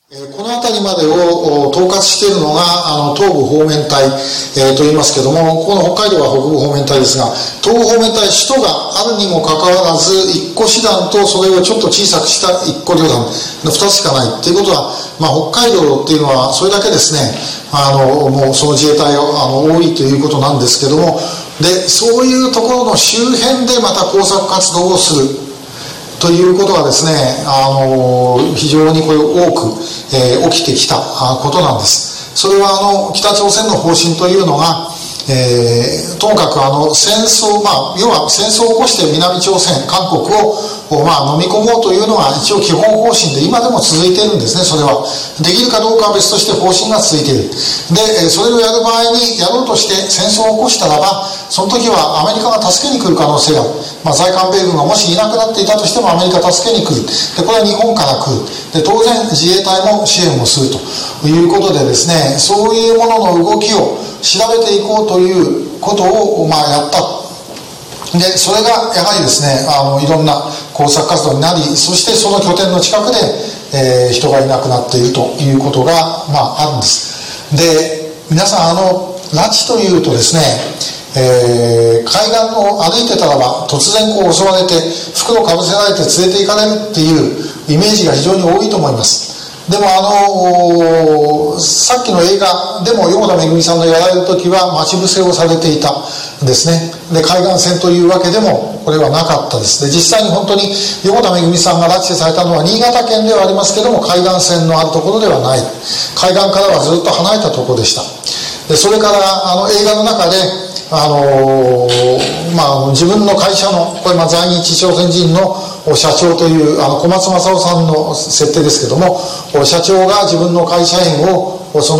この辺りまでを統括しているのが東部方面隊、と言いますけども、この北海道は北部方面隊ですが、東部方面隊首都があるにもかかわらず一個師団とそれをちょっと小さくした一個旅団の2つしかないっていうことは、北海道っていうのはそれだけですね、もうその自衛隊が多いということなんですけども、でそういうところの周辺でまた工作活動をするということがですね、非常にこれ多く、起きてきたことなんです。それは北朝鮮の方針というのが、ともかく戦争、要は戦争を起こして南朝鮮、韓国を飲み込もうというのが一応基本方針で今でも続いているんですね。それはできるかどうかは別として方針が続いている。でそれをやる場合にやろうとして戦争を起こしたらば、その時はアメリカが助けに来る可能性がある。在韓米軍がもしいなくなっていたとしてもアメリカ助けに来る。でこれは日本から来る。で当然自衛隊も支援をするということでですね、そういうものの動きを調べていこうということをやった。でそれがやはりですね、いろんな工作活動になり、そしてその拠点の近くで、人がいなくなっているということが、あるんです。で皆さん拉致というとですね、海岸を歩いてたらば突然襲われて袋かぶせられて連れて行かれるっていうイメージが非常に多いと思います。でもさっきの映画でも横田めぐみさんのやられる時は待ち伏せをされていたですね。で海岸線というわけでもこれはなかったです。で実際に本当に横田めぐみさんが拉致されたのは新潟県ではありますけども、海岸線のあるところではない、海岸からはずっと離れたところでした。でそれから映画の中で自分の会社のこれ在日朝鮮人の社長という小松政夫さんの設定ですけども、社長が自分の会社員を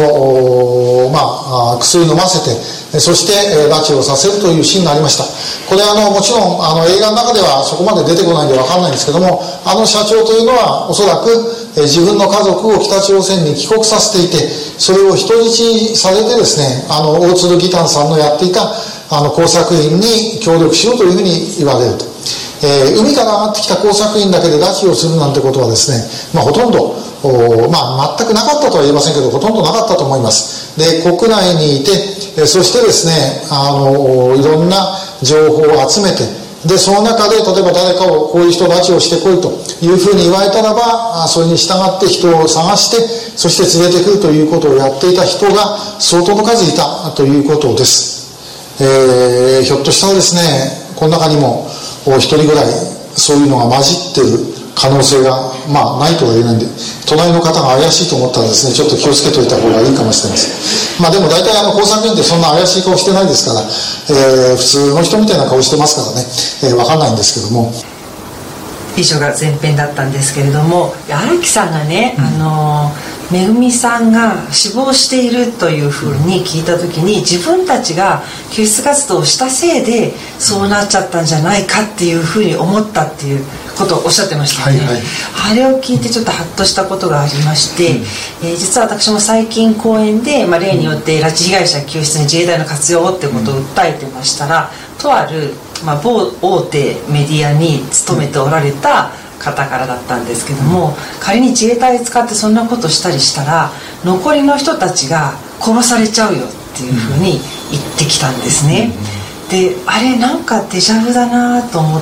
薬飲ませて、そして拉致をさせるというシーンがありました。これもちろん映画の中ではそこまで出てこないんで分かんないんですけども、社長というのはおそらく自分の家族を北朝鮮に帰国させていて、それを人質にされてですね、大鶴義丹さんのやっていた工作員に協力しようというふうに言われると。海から上がってきた工作員だけで拉致をするなんてことはですね、ほとんど全くなかったとは言えませんけど、ほとんどなかったと思います。で国内にいて、そしてですねいろんな情報を集めて、でその中で例えば誰かをこういう人拉致をしてこいというふうに言われたらば、それに従って人を探して、そして連れてくるということをやっていた人が相当の数いたということです。ひょっとしたらですね、この中にも一人ぐらいそういうのが混じっている可能性がないとは言えないんで、隣の方が怪しいと思ったらですね、ちょっと気をつけておいた方がいいかもしれません。でも大体工作員ってそんな怪しい顔してないですから、普通の人みたいな顔してますからね、分かんないんですけども。 以上が前編だったんですけれども、荒木さんがね、めぐみさんが死亡しているというふうに聞いた時に、自分たちが救出活動をしたせいでそうなっちゃったんじゃないかっていうふうに思ったっていうことをおっしゃってましたよね。あれを聞いてちょっとハッとしたことがありまして、実は私も最近講演で、例によって拉致被害者救出に自衛隊の活用ってことを訴えてましたら、とある某大手メディアに勤めておられた方からだったんですけども、仮に自衛隊を使ってそんなことしたりしたら残りの人たちが殺されちゃうよっていうふうに言ってきたんですね。であれなんかデジャブだなと思って、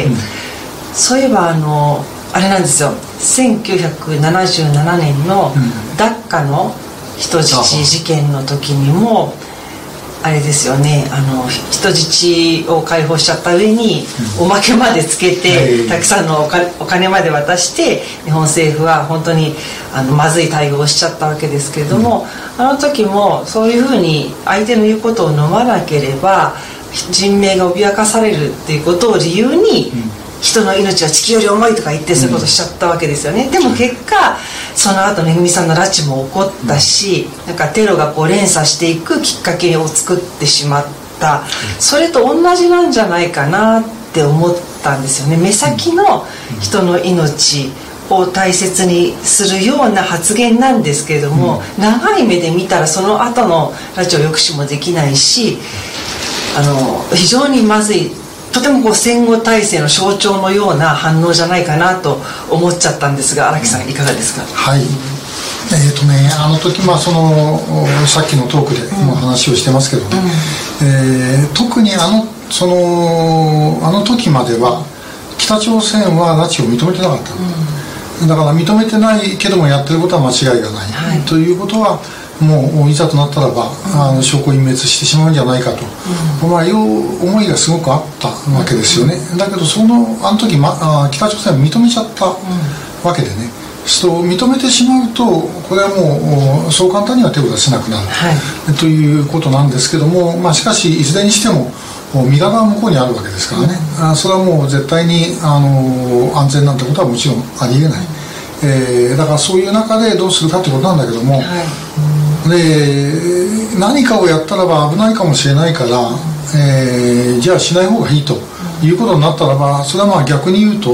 そういえばあれなんですよ、1977年のダッカの人質事件の時にもあれですよね、人質を解放しちゃった上におまけまでつけて、たくさんのお金まで渡して日本政府は本当にまずい対応をしちゃったわけですけれども、あの時もそういうふうに相手の言うことを飲まなければ人命が脅かされるっていうことを理由に、人の命は地球より重いとか言ってそういうことしちゃったわけですよね。でも結果その後めぐみさんの拉致も起こったし、なんかテロが連鎖していくきっかけを作ってしまった、それと同じなんじゃないかなって思ったんですよね。目先の人の命を大切にするような発言なんですけれども、長い目で見たらその後の拉致を抑止もできないし、非常にまずい、とても戦後体制の象徴のような反応じゃないかなと思っちゃったんですが、荒木さんいかがですか？ あの時、そのさっきのトークでも話をしてますけどね、特にあの時までは北朝鮮は拉致を認めてなかった、だから認めてないけどもやってることは間違いがない、ということはもういざとなったらば、証拠隠滅してしまうんじゃないかと、いう思いがすごくあったわけですよね。だけどあの時、北朝鮮は認めちゃったわけでね、そう認めてしまうとこれはもうそう簡単には手を出せなくなる、ということなんですけども、しかしいずれにしても身柄は向こうにあるわけですからね、それはもう絶対に安全なんてことはもちろんありえない、だからそういう中でどうするかってことなんだけども、で何かをやったらば危ないかもしれないから、じゃあしない方がいいということになったらば、それは逆に言うと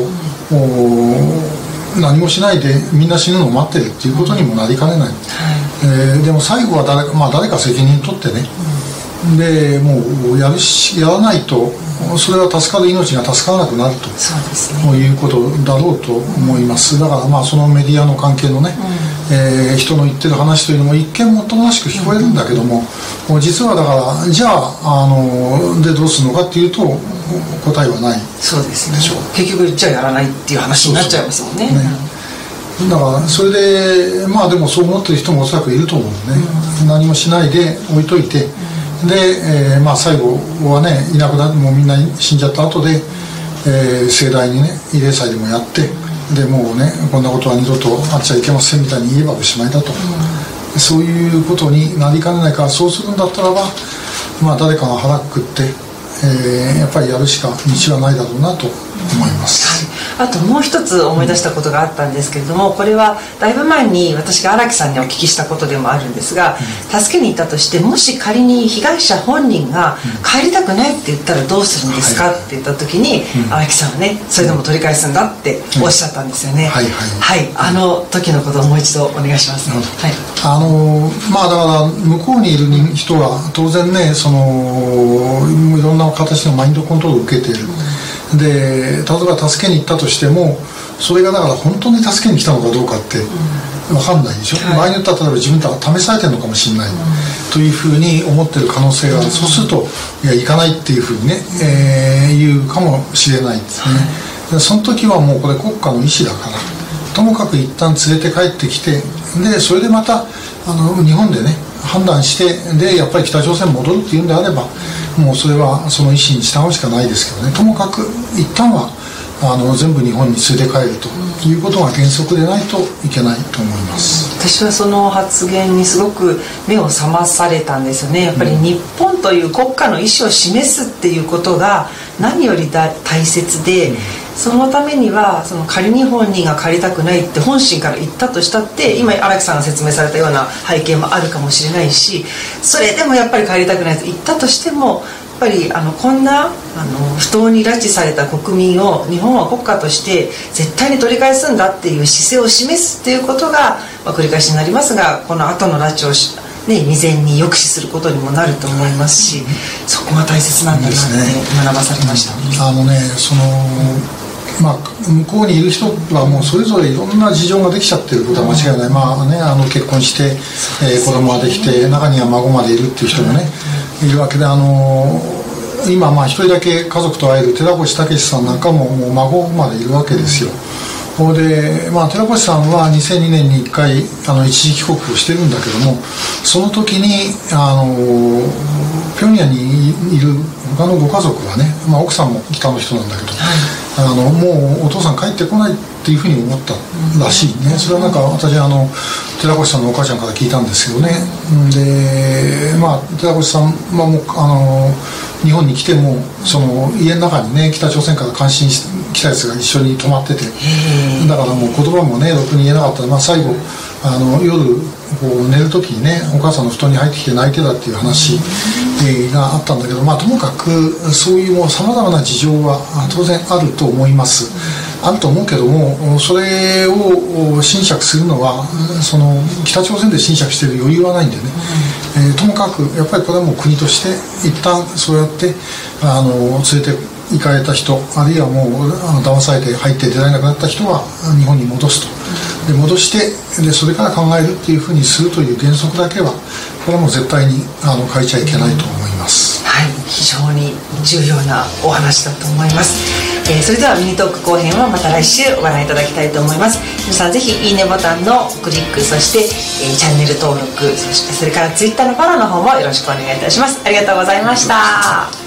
何もしないでみんな死ぬのを待ってるっていうことにもなりかねない、でも最後は誰か責任取ってね、でもうやらないとそれは助かる命が助からなくなると、いうことだろうと思います。だからそのメディアの関係のね、人の言ってる話というのも一見もっともらしく聞こえるんだけども、実はだからじゃあでどうするのかっていうと答えはない。 そうですね、結局じゃあやらないっていう話になっちゃいますもんね。 だからそれででもそう思ってる人もおそらくいると思うね、何もしないで置いといて、で、最後はねいなくなってもうみんな死んじゃった後で、盛大にね慰霊祭でもやって、でもうねこんなことは二度とあっちゃいけませんみたいに言えばおしまいだと、そういうことになりかねないから、そうするんだったらば誰かが腹くくって、やっぱりやるしか道はないだろうなと思います、 あともう一つ思い出したことがあったんですけれども、これはだいぶ前に私が荒木さんにお聞きしたことでもあるんですが、助けに行ったとしてもし仮に被害者本人が帰りたくないって言ったらどうするんですかって言った時に、荒木さんはねそれでも取り返すんだっておっしゃったんですよね。あの時のことをもう一度お願いします。 だから向こうにいる人は当然ねいろんな形のマインドコントロールを受けている、で例えば助けに行ったとしてもそれがだから本当に助けに来たのかどうかって分かんないでしょ、場合によっては例えば自分たちが試されてるのかもしれない、というふうに思ってる可能性がある、そうするといや行かないっていうふうにね、言うかもしれないですね、その時はもうこれ国家の意思だからともかく一旦連れて帰ってきて、でそれでまた日本でね判断して、でやっぱり北朝鮮に戻るっていうんであればもうそれはその意思に従うしかないですけどね、ともかく一旦は全部日本に連れて帰るということが原則でないといけないと思います。 私はその発言にすごく目を覚まされたんですよね。やっぱり日本という国家の意思を示すっていうことが何より大切で、そのためには仮に本人が帰りたくないって本心から言ったとしたって、今荒木さんが説明されたような背景もあるかもしれないし、それでもやっぱり帰りたくないと言ったとしても、やっぱりこんな不当に拉致された国民を日本は国家として絶対に取り返すんだっていう姿勢を示すっていうことが、繰り返しになりますがこの後の拉致を未然に抑止することにもなると思いますし、そこが大切なんだなって学ばされました。 向こうにいる人はもうそれぞれいろんな事情ができちゃってることは間違いない、結婚して、子供ができて中には孫までいるっていう人もね、いるわけで、今一人だけ家族と会える寺越武さんなんかももう孫までいるわけですよ。で寺越さんは2002年に1回一時帰国をしてるんだけども、その時に平壌にいる他のご家族はね、奥さんも北の人なんだけど、もうお父さん帰ってこないっていうふうに思ったらしいね。それはなんか私寺越さんのお母ちゃんから聞いたんですけどね。で寺越さんはもう日本に来ても家の中にね北朝鮮から監視に来たやつが一緒に泊まってて、だからもう言葉もねろくに言えなかった。最後夜寝る時にねお母さんの布団に入ってきて泣いてたっていう話があったんだけど、ともかくそういうさまざまな事情は当然あると思います。あると思うけども、それを侵釈するのは北朝鮮で侵釈している余裕はないんでね、ともかくやっぱりこれはもう国として一旦そうやって連れて行かれた人、あるいはもう騙されて入って出られなくなった人は日本に戻すとで戻してでそれから考えるっていうふうにするという原則だけはこれはもう絶対に変えちゃいけないと思います。 はい、非常に重要なお話だと思います。それではミニトーク後編はまた来週ご覧いただきたいと思います。皆さんぜひいいねボタンのクリック、そして、チャンネル登録、それからツイッターのフォローの方もよろしくお願いいたします。ありがとうございました。